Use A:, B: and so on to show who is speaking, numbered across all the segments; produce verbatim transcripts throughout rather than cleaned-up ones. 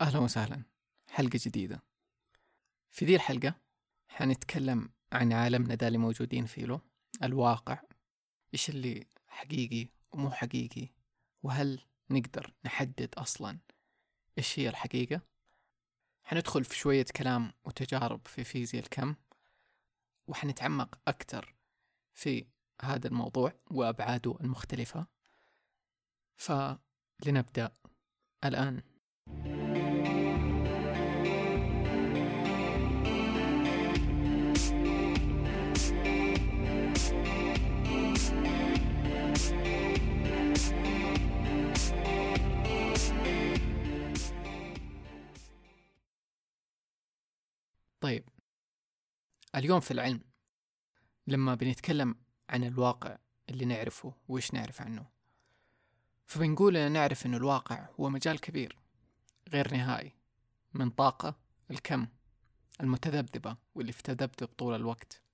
A: أهلا وسهلا، حلقة جديدة. في دي الحلقة حنتكلم عن عالمنا ده اللي موجودين فيه له، الواقع، إيش اللي حقيقي ومو حقيقي، وهل نقدر نحدد أصلا إيش هي الحقيقة. حندخل في شوية كلام وتجارب في فيزياء الكم، وحنتعمق أكتر في هذا الموضوع وأبعاده المختلفة. فلنبدأ الآن. طيب، اليوم في العلم لما بنتكلم عن الواقع اللي نعرفه وإيش نعرف عنه، فبنقول أن نعرف أن الواقع هو مجال كبير غير نهائي من طاقة الكم المتذبذبة واللي بتذبذب طول الوقت.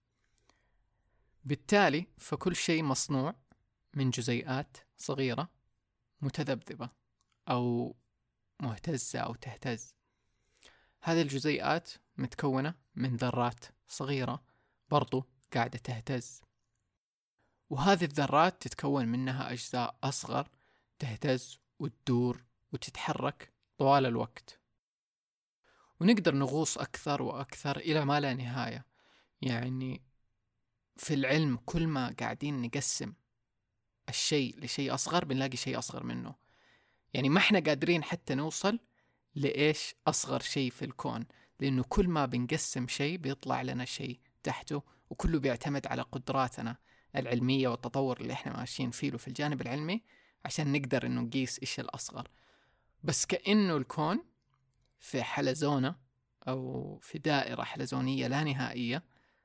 A: بالتالي فكل شيء مصنوع من جزيئات صغيرة متذبذبة أو مهتزة أو تهتز. هذه الجزيئات متكونة من ذرات صغيرة برضو قاعدة تهتز، وهذه الذرات تتكون منها أجزاء أصغر تهتز وتدور وتتحرك طوال الوقت، ونقدر نغوص أكثر وأكثر إلى ما لا نهاية. يعني في العلم كل ما قاعدين نقسم الشيء لشيء أصغر بنلاقي شيء أصغر منه. يعني ما احنا قادرين حتى نوصل لإيش أصغر شيء في الكون، لأنه كل ما بنقسم شيء بيطلع لنا شيء تحته، وكله بيعتمد على قدراتنا العلمية والتطور اللي احنا ماشيين فيه في الجانب العلمي عشان نقدر انه نقيس ايش الأصغر. بس كأنه الكون في حلزونة أو في دائرة حلزونية لا نهائية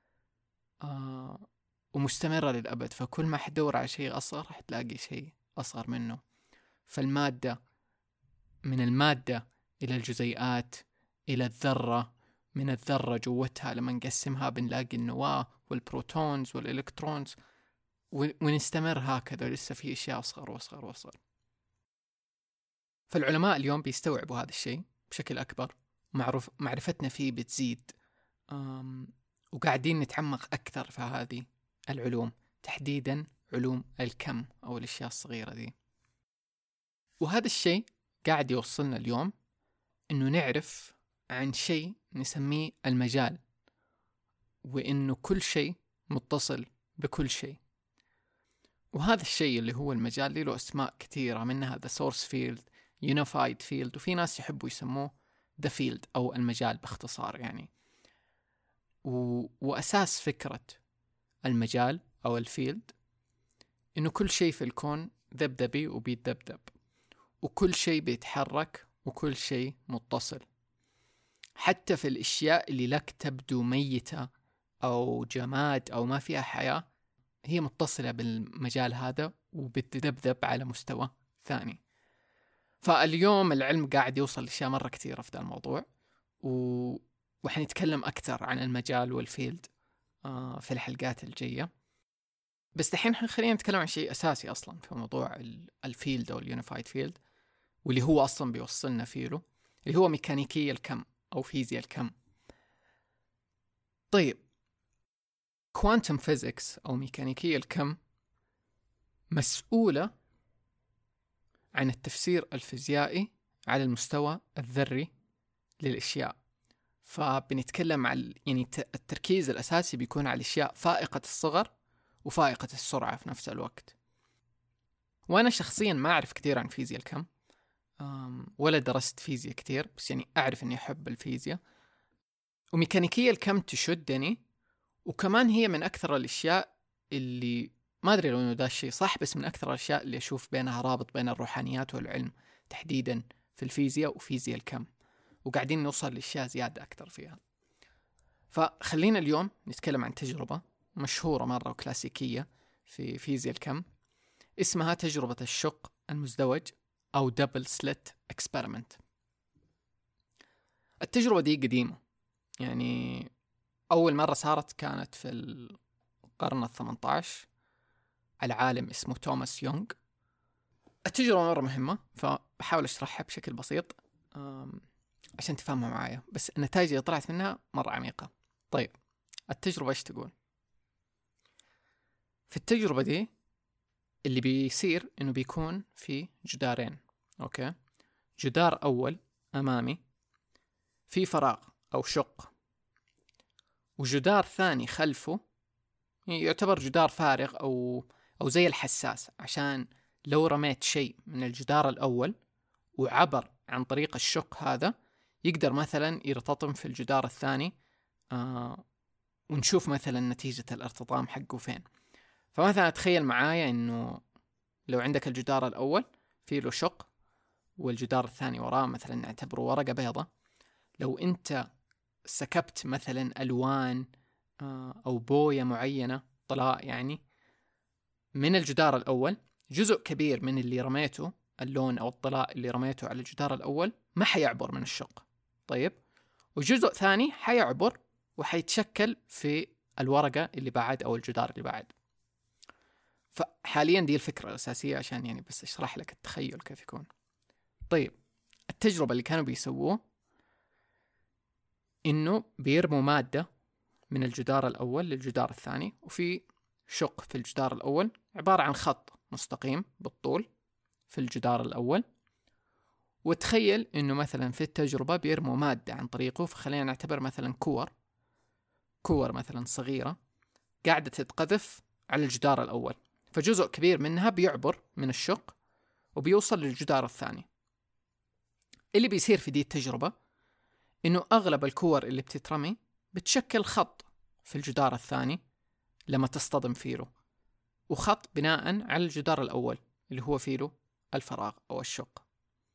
A: آه ومستمرة للأبد، فكل ما حتدور على شيء أصغر حتلاقي شيء أصغر منه. فالمادة، من المادة إلى الجزيئات إلى الذرة، من الذرة جوتها لما نقسمها بنلاقي النواة والبروتونز والإلكترونز، ونستمر هكذا لسه في أشياء أصغر وأصغر وأصغر. فالعلماء اليوم بيستوعبوا هذا الشيء بشكل أكبر، معروف معرفتنا فيه بتزيد، وقاعدين نتعمق أكثر في هذه العلوم، تحديدا علوم الكم أو الأشياء الصغيرة دي. وهذا الشيء قاعد يوصلنا اليوم إنه نعرف عن شيء نسميه المجال، وإنه كل شيء متصل بكل شيء. وهذا الشيء اللي هو المجال له أسماء كثيرة، منها the source field، unified field، وفي ناس يحبوا يسموه the field أو المجال باختصار يعني. و... وأساس فكرة المجال أو الفيلد إنه كل شيء في الكون ذبذبي وبيتذبذب، وكل شيء بيتحرك، وكل شيء متصل. حتى في الأشياء اللي لك تبدو ميتة أو جماد أو ما فيها حياة، هي متصلة بالمجال هذا وبتذبذب على مستوى ثاني. فاليوم العلم قاعد يوصل لأشياء مرة كثيرة في ذا الموضوع، و... وحنتكلم أكثر عن المجال والفيلد آه في الحلقات الجاية. بس دحين خلينا نتكلم عن شيء أساسي أصلا في موضوع الفيلد أو اليونيفايد فيلد، واللي هو أصلا بيوصلنا فيه له، اللي هو ميكانيكية الكم أو فيزياء الكم. طيب، كوانتم فيزيكس أو ميكانيكية الكم مسؤولة عن التفسير الفيزيائي على المستوى الذري للأشياء. فبنتكلم عن يعني التركيز الأساسي بيكون على الأشياء فائقة الصغر وفائقة السرعة في نفس الوقت. وأنا شخصيا ما أعرف كثير عن فيزياء الكم ولا درست فيزياء كثير، بس يعني أعرف أني أحب الفيزياء، وميكانيكية الكم تشدني. وكمان هي من أكثر الأشياء اللي ما أدري لو إنه ده الشيء صح، بس من أكثر الأشياء اللي أشوف بينها رابط بين الروحانيات والعلم، تحديدا في الفيزياء وفيزياء الكم، وقاعدين نوصل لأشياء زيادة أكثر فيها. فخلينا اليوم نتكلم عن تجربة مشهورة مرة وكلاسيكية في فيزياء الكم، اسمها تجربة الشق المزدوج أو double slit experiment. التجربة دي قديمة، يعني أول مرة صارت كانت في القرن الثمانية عشر على عالم اسمه توماس يونغ. التجربة مرة مهمة، فبحاول أشرحها بشكل بسيط. عشان تفهمها معايا، بس النتائج اللي طلعت منها مرة عميقة. طيب التجربة ايش تقول؟ في التجربة دي اللي بيصير انه بيكون في جدارين، اوكي؟ جدار اول امامي في فراغ او شق، وجدار ثاني خلفه يعتبر جدار فارغ او او زي الحساس، عشان لو رميت شيء من الجدار الاول وعبر عن طريق الشق هذا يقدر مثلا يرتطم في الجدار الثاني، آه ونشوف مثلا نتيجة الارتطام حقه فين. فمثلا تخيل معايا انه لو عندك الجدار الاول فيه له شق والجدار الثاني وراه، مثلا نعتبره ورقة بيضة، لو انت سكبت مثلا الوان آه او بوية معينة طلاء يعني من الجدار الاول، جزء كبير من اللي رميته اللون او الطلاء اللي رميته على الجدار الاول ما حيعبر من الشق. طيب وجزء ثاني حيعبر وحيتشكل في الورقة اللي بعد او الجدار اللي بعد. فحاليا دي الفكرة الأساسية عشان يعني بس اشرح لك التخيل كيف يكون. طيب التجربة اللي كانوا بيسووه انه بيرموا مادة من الجدار الاول للجدار الثاني، وفي شق في الجدار الاول عبارة عن خط مستقيم بالطول في الجدار الاول، وتخيل انه مثلا في التجربة بيرموا مادة عن طريقه، فخلينا نعتبر مثلا كور كور مثلا صغيرة قاعدة تتقذف على الجدار الاول، فجزء كبير منها بيعبر من الشق وبيوصل للجدار الثاني. اللي بيصير في دي التجربة انه اغلب الكور اللي بتترمي بتشكل خط في الجدار الثاني لما تصطدم فيه، وخط بناء على الجدار الاول اللي هو فيه الفراغ او الشق.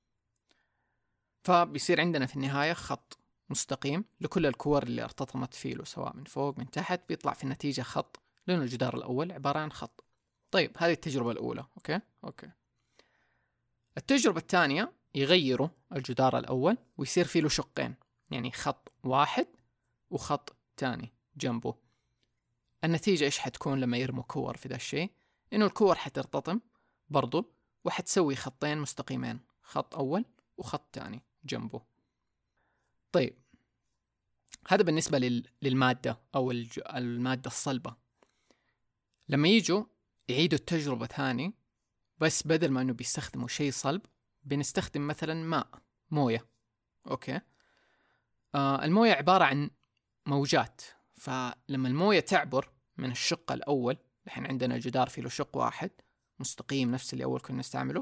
A: فبيصير عندنا في النهاية خط مستقيم لكل الكور اللي ارتطمت فيه، سواء من فوق من تحت، بيطلع في النتيجة خط لأن الجدار الأول عبارة عن خط. طيب هذه التجربة الأولى. أوكي أوكي التجربة الثانية يغيروا الجدار الأول ويصير فيه له شقين، يعني خط واحد وخط تاني جنبه. النتيجة إيش حتكون لما يرموا كور في ذا الشيء؟ إنه الكور حترتطم برضو وحتسوي خطين مستقيمين، خط أول وخط تاني جنبه. طيب هذا بالنسبة لل... للمادة أو الج... المادة الصلبة. لما يجوا يعيدوا التجربة ثاني، بس بدل ما إنه بيستخدموا شيء صلب بنستخدم مثلا ماء موية. أوكي آه الموية عبارة عن موجات، فلما الموية تعبر من الشق الأول، الحين عندنا الجدار فيه له شق واحد مستقيم نفس اللي أول كنا نستعمله،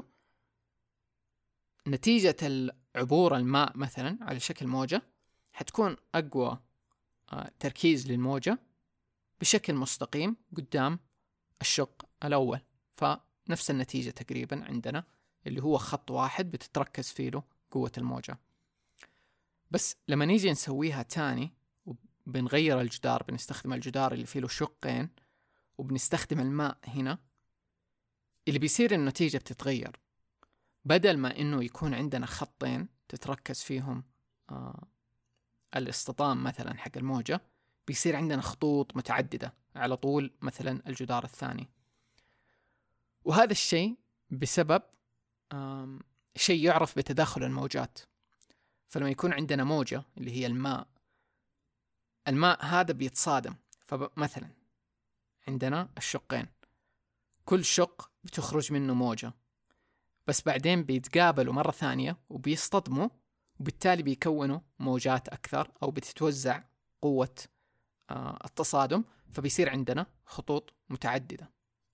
A: نتيجة عبور الماء مثلا على شكل موجة حتكون أقوى آه تركيز للموجة بشكل مستقيم قدام الشق الأول، فنفس النتيجة تقريبا عندنا اللي هو خط واحد بتتركز فيه له قوة الموجة. بس لما نيجي نسويها تاني وبنغير الجدار، بنستخدم الجدار اللي فيه له شقين وبنستخدم الماء هنا، اللي بيصير النتيجة بتتغير. بدل ما إنه يكون عندنا خطين تتركز فيهم آه الاصطدام مثلا حق الموجة، بيصير عندنا خطوط متعددة على طول مثلا الجدار الثاني. وهذا الشيء بسبب شيء يعرف بتداخل الموجات. فلما يكون عندنا موجة اللي هي الماء، الماء هذا بيتصادم، فمثلا عندنا الشقين، كل شق بتخرج منه موجة، بس بعدين بيتقابلوا مرة ثانية وبيصطدموا، وبالتالي بيكونوا موجات أكثر أو بتتوزع قوة آه التصادم، فبيصير عندنا خطوط متعددة.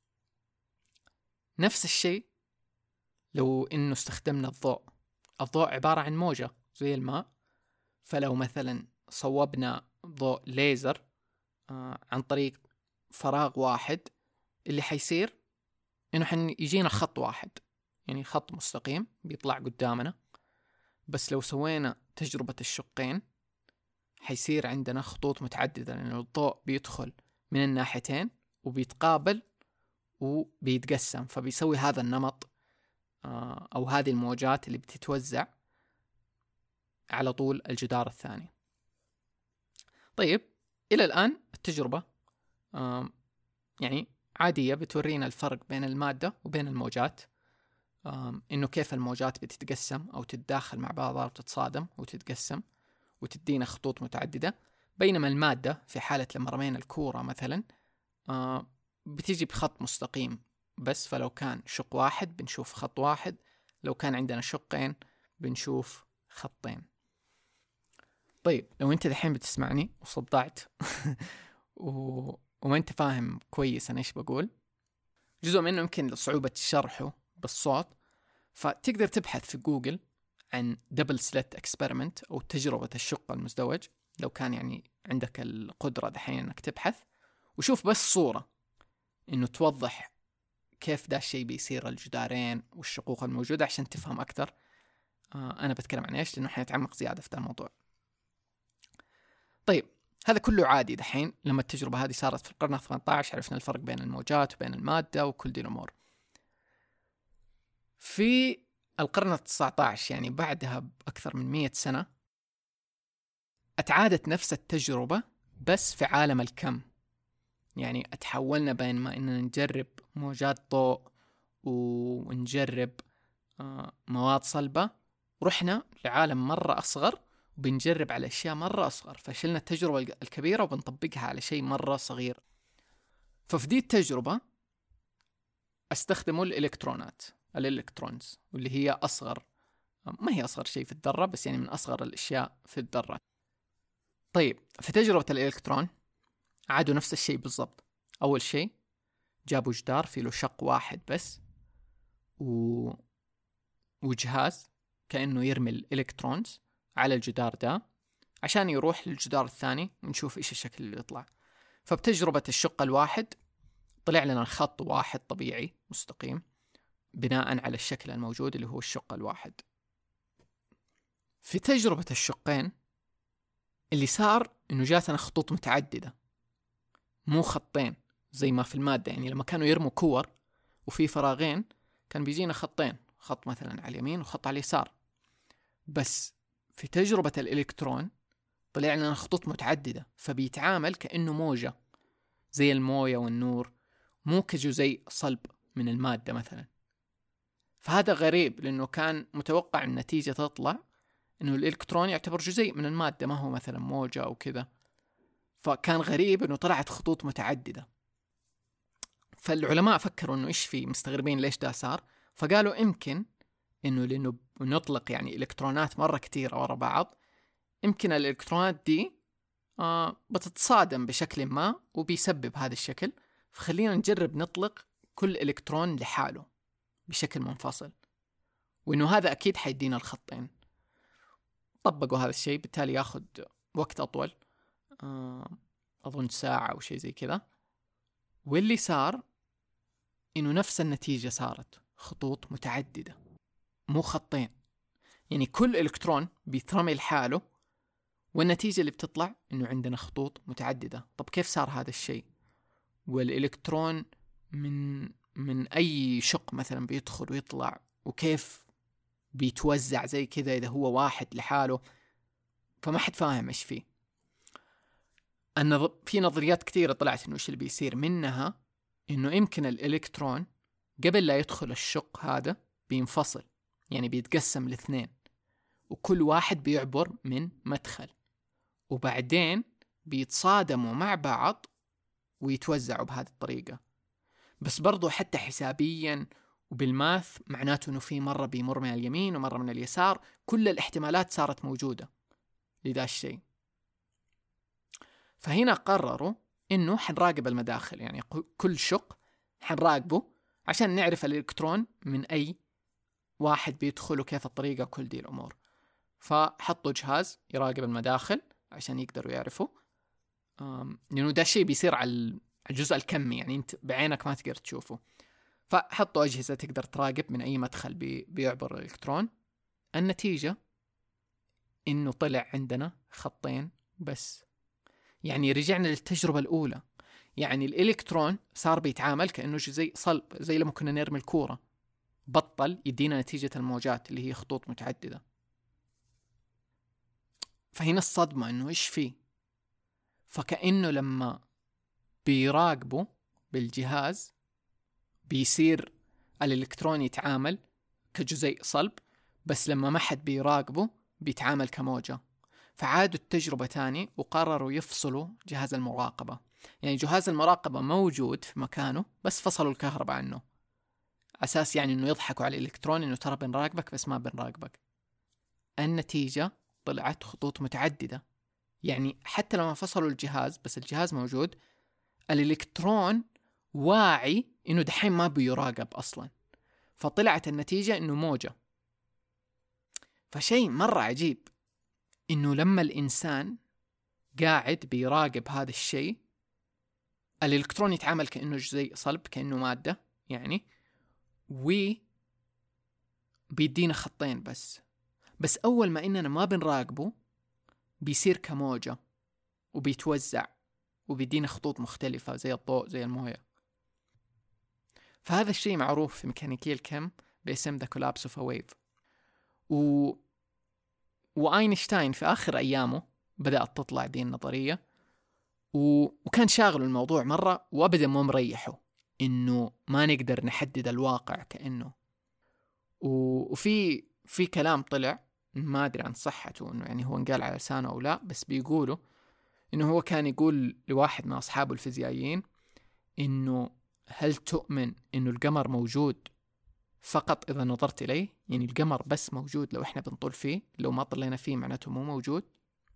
A: نفس الشيء لو إنه استخدمنا الضوء. الضوء عبارة عن موجة زي الماء، فلو مثلا صوبنا ضوء ليزر آه عن طريق فراغ واحد، اللي حيصير إنه حن يجينا خط واحد، يعني خط مستقيم بيطلع قدامنا. بس لو سوينا تجربة الشقين حيصير عندنا خطوط متعددة، لأن الضوء بيدخل من الناحيتين وبيتقابل وبيتقسم، فبيسوي هذا النمط أو هذه الموجات اللي بتتوزع على طول الجدار الثاني. طيب إلى الآن التجربة يعني عادية، بتورينا الفرق بين المادة وبين الموجات. إنه كيف الموجات بتتقسم أو تتداخل مع بعضها وتتصادم وتتقسم وتدينا خطوط متعددة. بينما المادة في حالة لما رمينا الكورة مثلا بتيجي بخط مستقيم بس، فلو كان شق واحد بنشوف خط واحد، لو كان عندنا شقين بنشوف خطين. طيب لو انت دحين بتسمعني وصدعت و... وما انت فاهم كويس انا ايش بقول، جزء منه يمكن صعوبة شرحه بالصوت، فتقدر تبحث في جوجل عن دبل سلت اكسبيرمنت او تجربة الشق المزدوج، لو كان يعني عندك القدرة دحين انك تبحث وشوف بس صورة انه توضح كيف ده الشيء بيصير الجدارين والشقوق الموجودة عشان تفهم اكثر آه انا بتكلم عن ايش، لانه حنتعمق زيادة في ده الموضوع. طيب هذا كله عادي دحين لما التجربة هذه صارت في القرن الثامن عشر، عرفنا الفرق بين الموجات وبين المادة وكل دي الأمور. في القرن التاسع عشر يعني بعدها بأكثر من مئة سنة اتعادت نفس التجربة بس في عالم الكم. يعني اتحولنا بين ما إننا نجرب موجات ضوء ونجرب مواد صلبة، رحنا لعالم مرة أصغر وبنجرب على أشياء مرة أصغر، فشلنا التجربة الكبيرة وبنطبقها على شيء مرة صغير. ففي دي التجربة استخدموا الإلكترونات الإلكترونز واللي هي أصغر، ما هي أصغر شيء في الذرة بس يعني من أصغر الأشياء في الذرة. طيب في تجربة الإلكترون عادوا نفس الشيء بالضبط. أول شيء جابوا جدار فيه له شق واحد بس و... وجهاز كأنه يرمي الإلكترونز على الجدار ده عشان يروح للجدار الثاني ونشوف إيش الشكل اللي يطلع. فبتجربة الشق الواحد طلع لنا خط واحد طبيعي مستقيم بناء على الشكل الموجود اللي هو الشق الواحد. في تجربة الشقين اللي صار إنه جاتنا خطوط متعددة مو خطين زي ما في المادة. يعني لما كانوا يرموا كور وفي فراغين كان بيجينا خطين، خط مثلا على اليمين وخط على اليسار. بس في تجربة الإلكترون طلع لنا خطوط متعددة، فبيتعامل كأنه موجة زي الموية والنور، مو كجزيء صلب من المادة مثلا. فهذا غريب لأنه كان متوقع النتيجة تطلع إنه الإلكترون يعتبر جزيء من المادة ما هو مثلا موجة أو كذا. فكان غريب إنه طلعت خطوط متعددة. فالعلماء فكروا إنه إيش في، مستغربين ليش ده صار. فقالوا يمكن إنه لأنه نطلق يعني إلكترونات مرة كتيرة ورا بعض، يمكن الإلكترونات دي آه بتتصادم بشكل ما وبيسبب هذا الشكل. فخلينا نجرب نطلق كل إلكترون لحاله بشكل منفصل، وإنه هذا أكيد حيدينا الخطين. طبقوا هذا الشيء، بالتالي ياخد وقت أطول، آه أظن ساعة أو شيء زي كذا. واللي صار إنه نفس النتيجة صارت خطوط متعددة مو خطين. يعني كل إلكترون بيترمي لحاله والنتيجة اللي بتطلع إنه عندنا خطوط متعددة. طب كيف صار هذا الشيء؟ والإلكترون من من أي شق مثلا بيدخل ويطلع، وكيف بيتوزع زي كذا إذا هو واحد لحاله؟ فما حد فاهم إيش فيه. النظ... في نظريات كثيرة طلعت إنه إيش اللي بيصير منها، إنه يمكن الإلكترون قبل لا يدخل الشق هذا بينفصل، يعني بيتقسم لاثنين وكل واحد بيعبر من مدخل، وبعدين بيتصادموا مع بعض ويتوزعوا بهذه الطريقة. بس برضو حتى حسابيا وبالماث معناته إنه في مرة بيمر من اليمين ومرة من اليسار، كل الاحتمالات صارت موجودة لذا الشيء. فهنا قرروا إنه حنراقب المداخل، يعني كل شق حنراقبه عشان نعرف الإلكترون من أي واحد بيدخل وكيف الطريقة كل دي الأمور. فحطوا جهاز يراقب المداخل عشان يقدروا يعرفوا، لأنه ده الشيء بيصير على الجزء الكمي، يعني أنت بعينك ما تقدر تشوفه. فحطوا أجهزة تقدر تراقب من أي مدخل بي بيعبر الإلكترون. النتيجة إنه طلع عندنا خطين بس. يعني رجعنا للتجربة الأولى، يعني الإلكترون صار بيتعامل كأنه جزيء صلب زي لما كنا نرمي الكورة، بطل يدينا نتيجة الموجات اللي هي خطوط متعددة. فهنا الصدمة إنه إيش فيه. فكأنه لما بيراقبوا بالجهاز بيصير الإلكترون يتعامل كجزيء صلب، بس لما ما حد بيراقبه بيتعامل كموجة. فعادوا التجربة تاني وقرروا يفصلوا جهاز المراقبة. يعني جهاز المراقبة موجود في مكانه بس فصلوا الكهرباء عنه، أساس يعني إنه يضحكوا على الإلكترون إنه ترى بنراقبك بس ما بنراقبك. النتيجة طلعت خطوط متعددة. يعني حتى لما فصلوا الجهاز بس الجهاز موجود، الإلكترون واعي إنه دحين ما بيراقب أصلا، فطلعت النتيجة إنه موجة. فشيء مرة عجيب إنه لما الإنسان قاعد بيراقب هذا الشيء، الإلكترون يتعامل كأنه جزيء صلب، كأنه مادة يعني، وبيدينا خطين بس بس أول ما إننا ما بنراقبه بيصير كموجة وبيتوزع وبيدينا خطوط مختلفة زي الضوء زي الموية. فهذا الشيء معروف في ميكانيكية الكم باسم The Collapse of a Wave. و... وأينشتاين في آخر أيامه بدأت تطلع دي النظرية، و... وكان شاغل الموضوع مرة وأبدا مو مريحه إنه ما نقدر نحدد الواقع كأنه. و... وفي في كلام طلع ما أدري عن صحته، إنه يعني هو انقال على لسانه أو لا، بس بيقولوا إنه هو كان يقول لواحد من أصحابه الفيزيائيين إنه هل تؤمن إنه القمر موجود فقط إذا نظرت إليه؟ يعني القمر بس موجود لو إحنا بنطل فيه، لو ما طلينا فيه معناته مو موجود.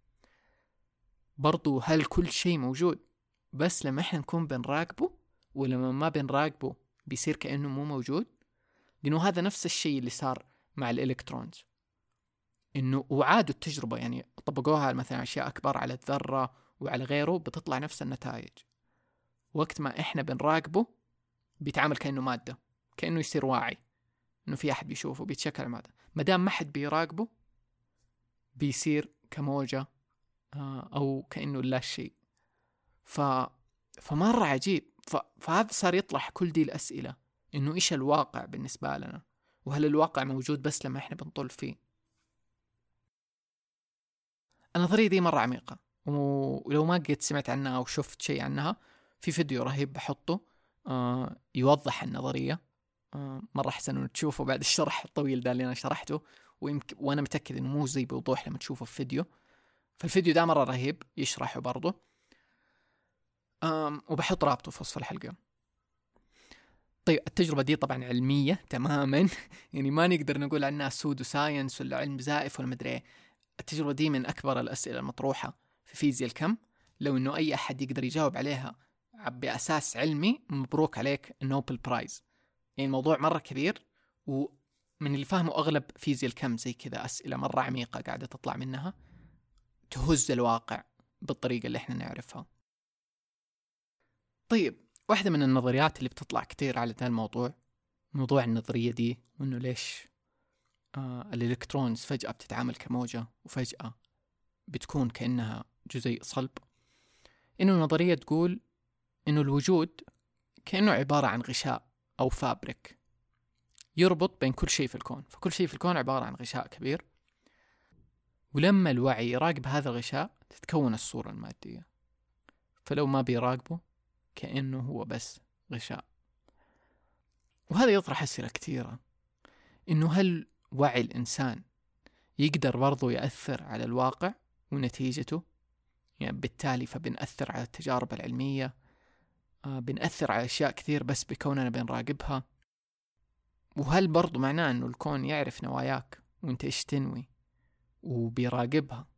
A: برضو هل كل شيء موجود بس لما إحنا نكون بنراقبه، ولما ما بنراقبه بيصير كأنه مو موجود؟ لأنه هذا نفس الشيء اللي صار مع الإلكترونز، إنه وعادوا التجربة يعني طبقوها مثلا أشياء أكبر على الذرة وعلى غيره بتطلع نفس النتائج. وقت ما إحنا بنراقبه بيتعامل كأنه مادة، كأنه يصير واعي إنه في أحد بيشوفه بيتشكل مادة. مدام ما حد بيراقبه بيصير كموجة أو كأنه لا شيء. ف... فمرة عجيب. ف... فهذا صار يطرح كل دي الأسئلة، إنه إيش الواقع بالنسبة لنا، وهل الواقع موجود بس لما إحنا بنطل فيه. النظرية دي مرة عميقة، ولو ما قد سمعت عنها أو شفت شيء عنها في فيديو رهيب بحطه آه يوضح النظرية. آه مرة أحسن أنه تشوفه بعد الشرح الطويل ده اللي أنا شرحته، ويمكن وأنا متأكد أنه مو زي بوضوح لما تشوفه في فيديو. فالفيديو ده مرة رهيب يشرحه برضه، آه وبحط رابطه في وصف الحلقة. طيب التجربة دي طبعا علمية تماما يعني ما نقدر نقول عنها سودو ساينس ولا علم زائف ولا مدري. التجربة دي من أكبر الأسئلة المطروحة في فيزياء الكم، لو إنه أي أحد يقدر يجاوب عليها بأساس علمي مبروك عليك النوبل برايز. يعني الموضوع مرة كبير، ومن اللي فهموا أغلب فيزياء الكم زي كذا أسئلة مرة عميقة قاعدة تطلع منها تهز الواقع بالطريقة اللي احنا نعرفها. طيب واحدة من النظريات اللي بتطلع كتير على ذا الموضوع، موضوع النظرية دي وإنه ليش آه الإلكترونز فجأة بتتعامل كموجة وفجأة بتكون كأنها جزيء صلب. إنه نظرية تقول إنه الوجود كأنه عبارة عن غشاء أو فابريك يربط بين كل شيء في الكون، فكل شيء في الكون عبارة عن غشاء كبير، ولما الوعي يراقب هذا الغشاء تتكون الصورة المادية. فلو ما بيراقبه كأنه هو بس غشاء. وهذا يطرح أسئلة كثيرة، إنه هل وعي الإنسان يقدر برضو يأثر على الواقع ونتيجته؟ يعني بالتالي فبنأثر على التجارب العلمية، آه بنأثر على أشياء كثير بس بكوننا بنراقبها. وهل برضو معناه أنه الكون يعرف نواياك وانت إيش تنوي وبيراقبها؟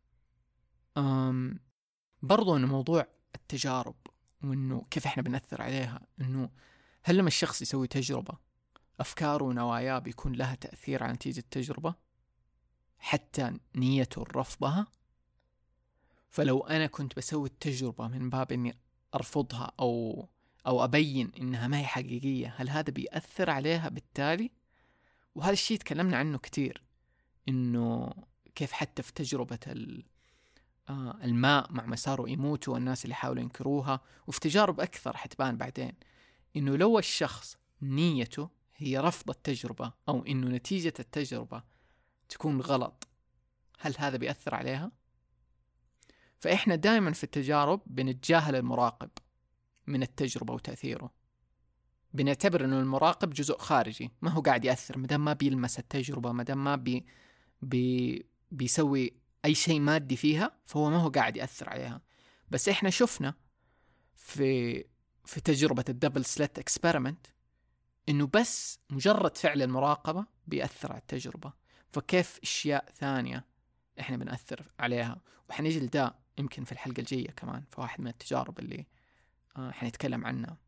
A: أم برضو أنه موضوع التجارب وأنه كيف إحنا بنأثر عليها، أنه هل لما الشخص يسوي تجربة أفكاره ونواياه بيكون لها تأثير على نتيجة التجربة حتى نيته رفضها؟ فلو أنا كنت بسوي التجربة من باب أني أرفضها أو أو أبين إنها ما هي حقيقية، هل هذا بيأثر عليها بالتالي؟ وهذا الشيء تكلمنا عنه كتير، إنه كيف حتى في تجربة الماء مع مساره يموت والناس اللي حاولوا ينكروها، وفي تجارب أكثر حتبان بعدين، إنه لو الشخص نيته هي رفض التجربة أو إنه نتيجة التجربة تكون غلط، هل هذا بيأثر عليها؟ فإحنا دائما في التجارب بنتجاهل المراقب من التجربة وتأثيره، بنعتبر إنه المراقب جزء خارجي، ما هو قاعد يأثر، مدام ما بيلمس التجربة، مدام ما بي بي بيسوي أي شيء مادي فيها، فهو ما هو قاعد يأثر عليها. بس إحنا شفنا في في تجربة الدبل سلت اكسبيرمنت إنه بس مجرد فعل المراقبة بيأثر على التجربة، فكيف أشياء ثانية إحنا بنأثر عليها. وحنيجي لده يمكن في الحلقة الجاية كمان، في واحد من التجارب اللي آه حنتكلم عنها.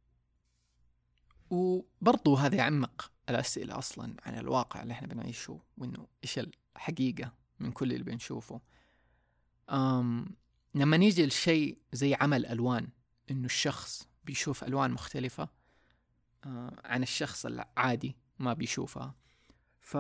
A: وبرضو هذا يعمق الأسئلة أصلا عن الواقع اللي إحنا بنعيشه، وإنه إيش الحقيقة من كل اللي بنشوفه. أم لما نيجي لشيء زي عمل ألوان، إنه الشخص بيشوف ألوان مختلفة آه عن الشخص العادي ما بيشوفها. ف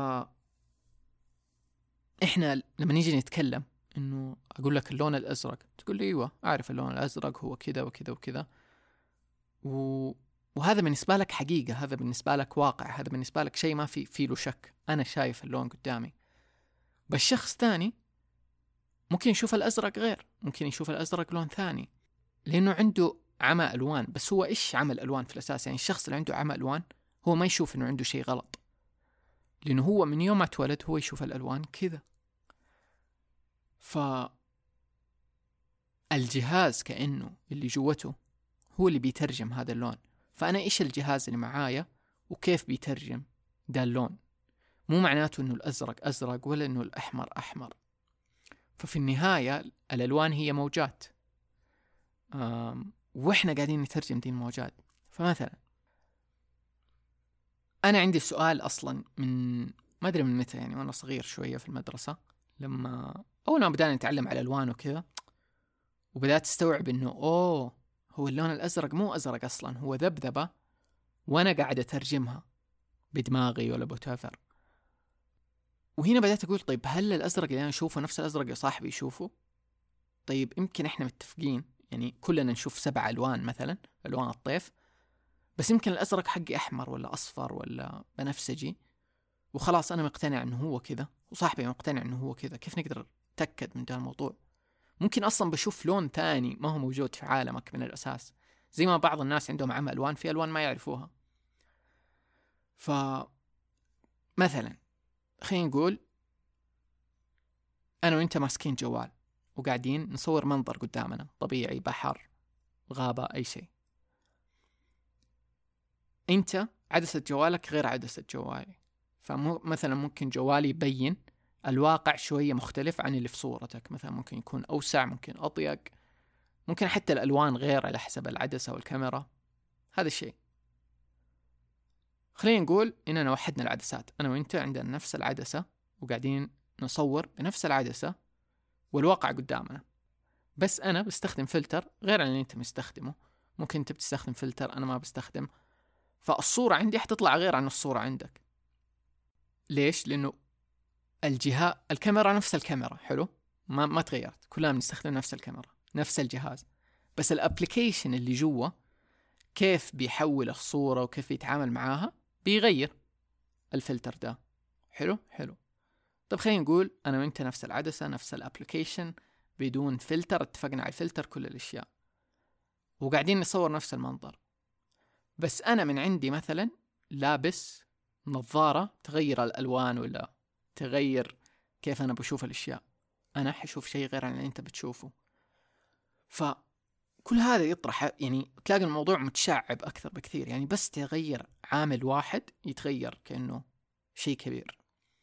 A: إحنا لما نيجي نتكلم إنه أقول لك اللون الأزرق، تقول لي أيوة أعرف اللون الأزرق هو كذا وكذا وكذا، و... وهذا بالنسبة لك حقيقة، هذا بالنسبة لك واقع، هذا بالنسبة لك شيء ما في فيه له شك، أنا شايف اللون قدامي. بس شخص ثاني ممكن يشوف الأزرق غير، ممكن يشوف الأزرق لون ثاني، لأنه عنده عمى ألوان. بس هو إيش عمى الألوان في الأساس؟ يعني الشخص اللي عنده عمى ألوان هو ما يشوف إنه عنده شيء غلط، لأنه هو من يوم ما اتولد هو يشوف الألوان كذا. فالجهاز كأنه اللي جوته هو اللي بيترجم هذا اللون. فأنا إيش الجهاز اللي معايا وكيف بيترجم ده اللون؟ مو معناته إنه الأزرق أزرق ولا إنه الأحمر أحمر. ففي النهاية الألوان هي موجات، وإحنا قاعدين نترجم دي الموجات. فمثلا أنا عندي سؤال أصلا من ما أدري من متى، يعني وأنا صغير شوية في المدرسة، لما أول ما بدأنا نتعلم على الألوان وكذا، وبدأت استوعب إنه أوه هو اللون الأزرق مو أزرق أصلا، هو ذبذبة وأنا قاعد أترجمها بدماغي ولا بوتافر. وهنا بدأت أقول طيب هل الأزرق اللي أنا أشوفه نفس الأزرق اللي صاحبي يشوفه؟ طيب يمكن إحنا متفقين يعني كلنا نشوف سبع ألوان مثلا، ألوان الطيف، بس يمكن الأزرق حقي أحمر ولا أصفر ولا بنفسجي، وخلاص أنا مقتنع إنه هو كذا وصاحبي مقتنع إنه هو كذا. كيف نقدر نتأكد من ده الموضوع؟ ممكن أصلا بشوف لون ثاني ما هو موجود في عالمك من الأساس، زي ما بعض الناس عندهم عمى ألوان في ألوان ما يعرفوها. فمثلا خلينا نقول أنا وإنت ماسكين جوال وقاعدين نصور منظر قدامنا طبيعي، بحر، غابة، أي شيء. أنت عدسة جوالك غير عدسة جوالي، فمثلا ممكن جوالي يبين الواقع شوية مختلف عن اللي في صورتك، مثلا ممكن يكون أوسع، ممكن أضيق، ممكن حتى الألوان غير على حسب العدسة والكاميرا. هذا الشيء خلينا نقول إننا وحدنا العدسات، أنا وإنت عندنا نفس العدسة وقاعدين نصور بنفس العدسة والواقع قدامنا، بس أنا بستخدم فلتر غير عن اللي أنت مستخدمه، ممكن أنت بتستخدم فلتر أنا ما بستخدم، فالصورة عندي حتطلع غير عن الصورة عندك. ليش؟ لأنه الجهة الكاميرا نفس الكاميرا، حلو، ما ما تغيرت، كلنا بنستخدم نفس الكاميرا نفس الجهاز، بس الابليكيشن اللي جوا كيف بيحول الصورة وكيف يتعامل معاها بيغير الفلتر ده. حلو حلو. طب خلينا نقول أنا وإنت نفس العدسة نفس الابليكيشن بدون فلتر، اتفقنا على الفلتر كل الأشياء، وقاعدين نصور نفس المنظر، بس أنا من عندي مثلا لابس نظارة تغير الألوان ولا تغير كيف أنا بشوف الأشياء، أنا حشوف شيء غير عن اللي أنت بتشوفه. فكل هذا يطرح، يعني تلاقي الموضوع متشعب أكثر بكثير، يعني بس تغير عامل واحد يتغير كأنه شيء كبير،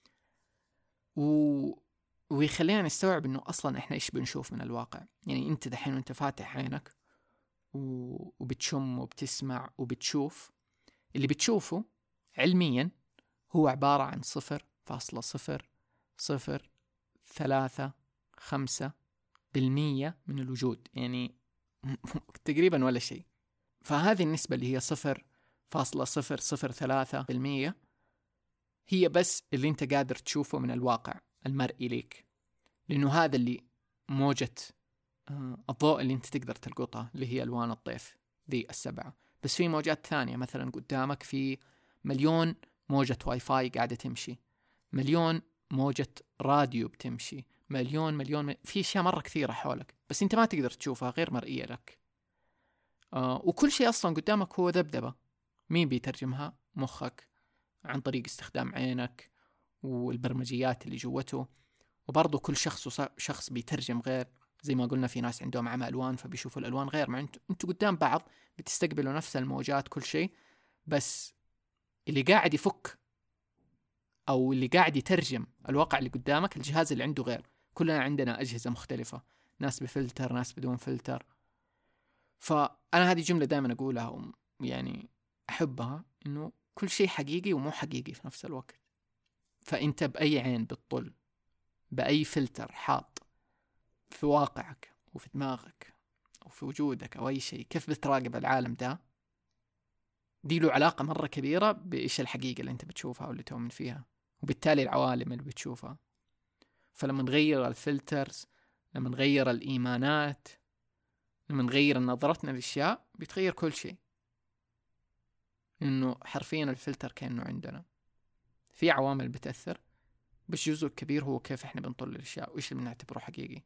A: و... ويخلينا نستوعب إنه أصلا إحنا إيش بنشوف من الواقع. يعني أنت دحين وأنت فاتح عينك و... وبتشم وبتسمع وبتشوف، اللي بتشوفه علميا هو عبارة عن صفر فاصلة صفر صفر ثلاثة خمسة بالمية من الوجود، يعني تقريبا ولا شيء. فهذه النسبة اللي هي صفر فاصلة صفر صفر ثلاثة بالمية هي بس اللي انت قادر تشوفه من الواقع المرئي ليك، لأنه هذا اللي موجة الضوء اللي انت تقدر تلقطها اللي هي ألوان الطيف ذي السبعة. بس في موجات ثانية، مثلا قدامك في مليون موجة واي فاي قاعدة تمشي، مليون موجة راديو بتمشي، مليون مليون م... في أشياء مرة كثيرة حولك بس انت ما تقدر تشوفها، غير مرئية لك. آه وكل شيء أصلا قدامك هو ذبذبة، مين بيترجمها؟ مخك، عن طريق استخدام عينك والبرمجيات اللي جوته. وبرضو كل شخص وشخص بيترجم غير، زي ما قلنا في ناس عندهم عمى ألوان فبيشوفوا الألوان غير، مع انتوا انتوا قدام بعض بتستقبلوا نفس الموجات كل شيء، بس اللي قاعد يفك أو اللي قاعد يترجم الواقع اللي قدامك الجهاز اللي عنده غير. كلنا عندنا أجهزة مختلفة، ناس بفلتر، ناس بدون فلتر. فأنا هذه جملة دائما أقولها يعني أحبها، إنه كل شيء حقيقي ومو حقيقي في نفس الوقت. فأنت بأي عين بتطل، بأي فلتر حاط في واقعك وفي دماغك وفي وجودك أو أي شيء، كيف بتراقب العالم ده؟ دي له علاقة مرة كبيرة بإيش الحقيقة اللي أنت بتشوفها واللي تؤمن فيها، وبالتالي العوالم اللي بتشوفها. فلما نغير الفلترز، لما نغير الإيمانات، لما نغير نظرتنا للأشياء، بيتغير كل شيء. إنه حرفيا الفلتر كأنه عندنا في عوامل بتأثر، بس جزء كبير هو كيف إحنا بنطل الأشياء وإيش اللي بنعتبره حقيقي.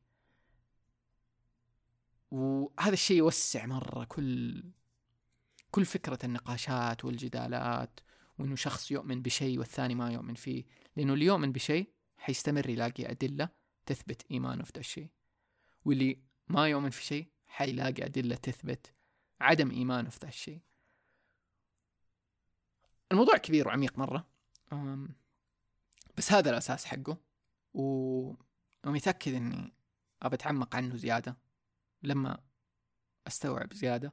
A: وهذا الشيء يوسع مرة كل كل فكرة النقاشات والجدالات، وإنه شخص يؤمن بشيء والثاني ما يؤمن فيه. لأنه اللي يؤمن بشيء حيستمر يلاقي أدلة تثبت إيمانه في ده الشيء، واللي ما يؤمن في شيء حيلاقي أدلة تثبت عدم إيمانه في ده الشيء. الموضوع كبير وعميق مرة، بس هذا الأساس حقه، ومتأكد أني أبى أتعمق عنه زيادة لما أستوعب زيادة.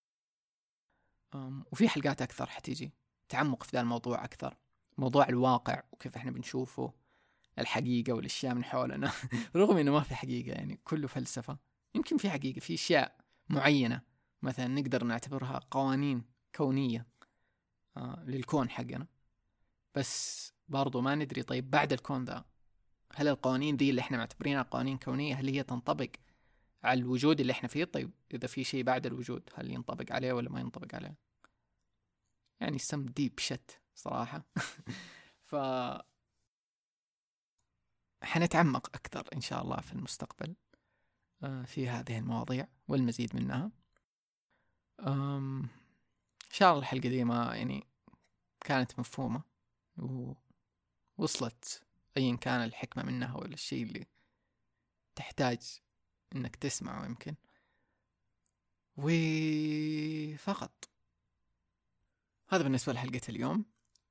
A: وفي حلقات أكثر حتيجي تعمق في ذا الموضوع أكثر، موضوع الواقع وكيف إحنا بنشوفه، الحقيقة والأشياء من حولنا. رغم إنه ما في حقيقة، يعني كله فلسفة. يمكن في حقيقة في أشياء معينة مثلا نقدر نعتبرها قوانين كونية آه للكون حقنا، بس برضو ما ندري طيب بعد الكون ذا هل القوانين ذي اللي إحنا معتبرينها قوانين كونية هل هي تنطبق على الوجود اللي إحنا فيه؟ طيب إذا في شيء بعد الوجود هل ينطبق عليه ولا ما ينطبق عليه؟ يعني some deep shit صراحة. ف حنتعمق أكثر إن شاء الله في المستقبل في هذه المواضيع والمزيد منها. إن شاء الله الحلقة دي ما يعني كانت مفهومة ووصلت أيا كان الحكمة منها ولا الشيء اللي تحتاج إنك تسمعه يمكن. وفقط هذا بالنسبة لحلقة اليوم.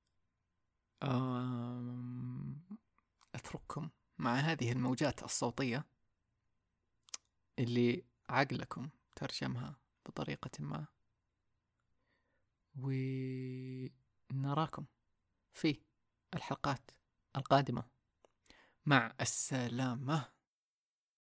A: أترككم مع هذه الموجات الصوتية اللي عقلكم ترجمها بطريقة ما، ونراكم في الحلقات القادمة. مع السلامة.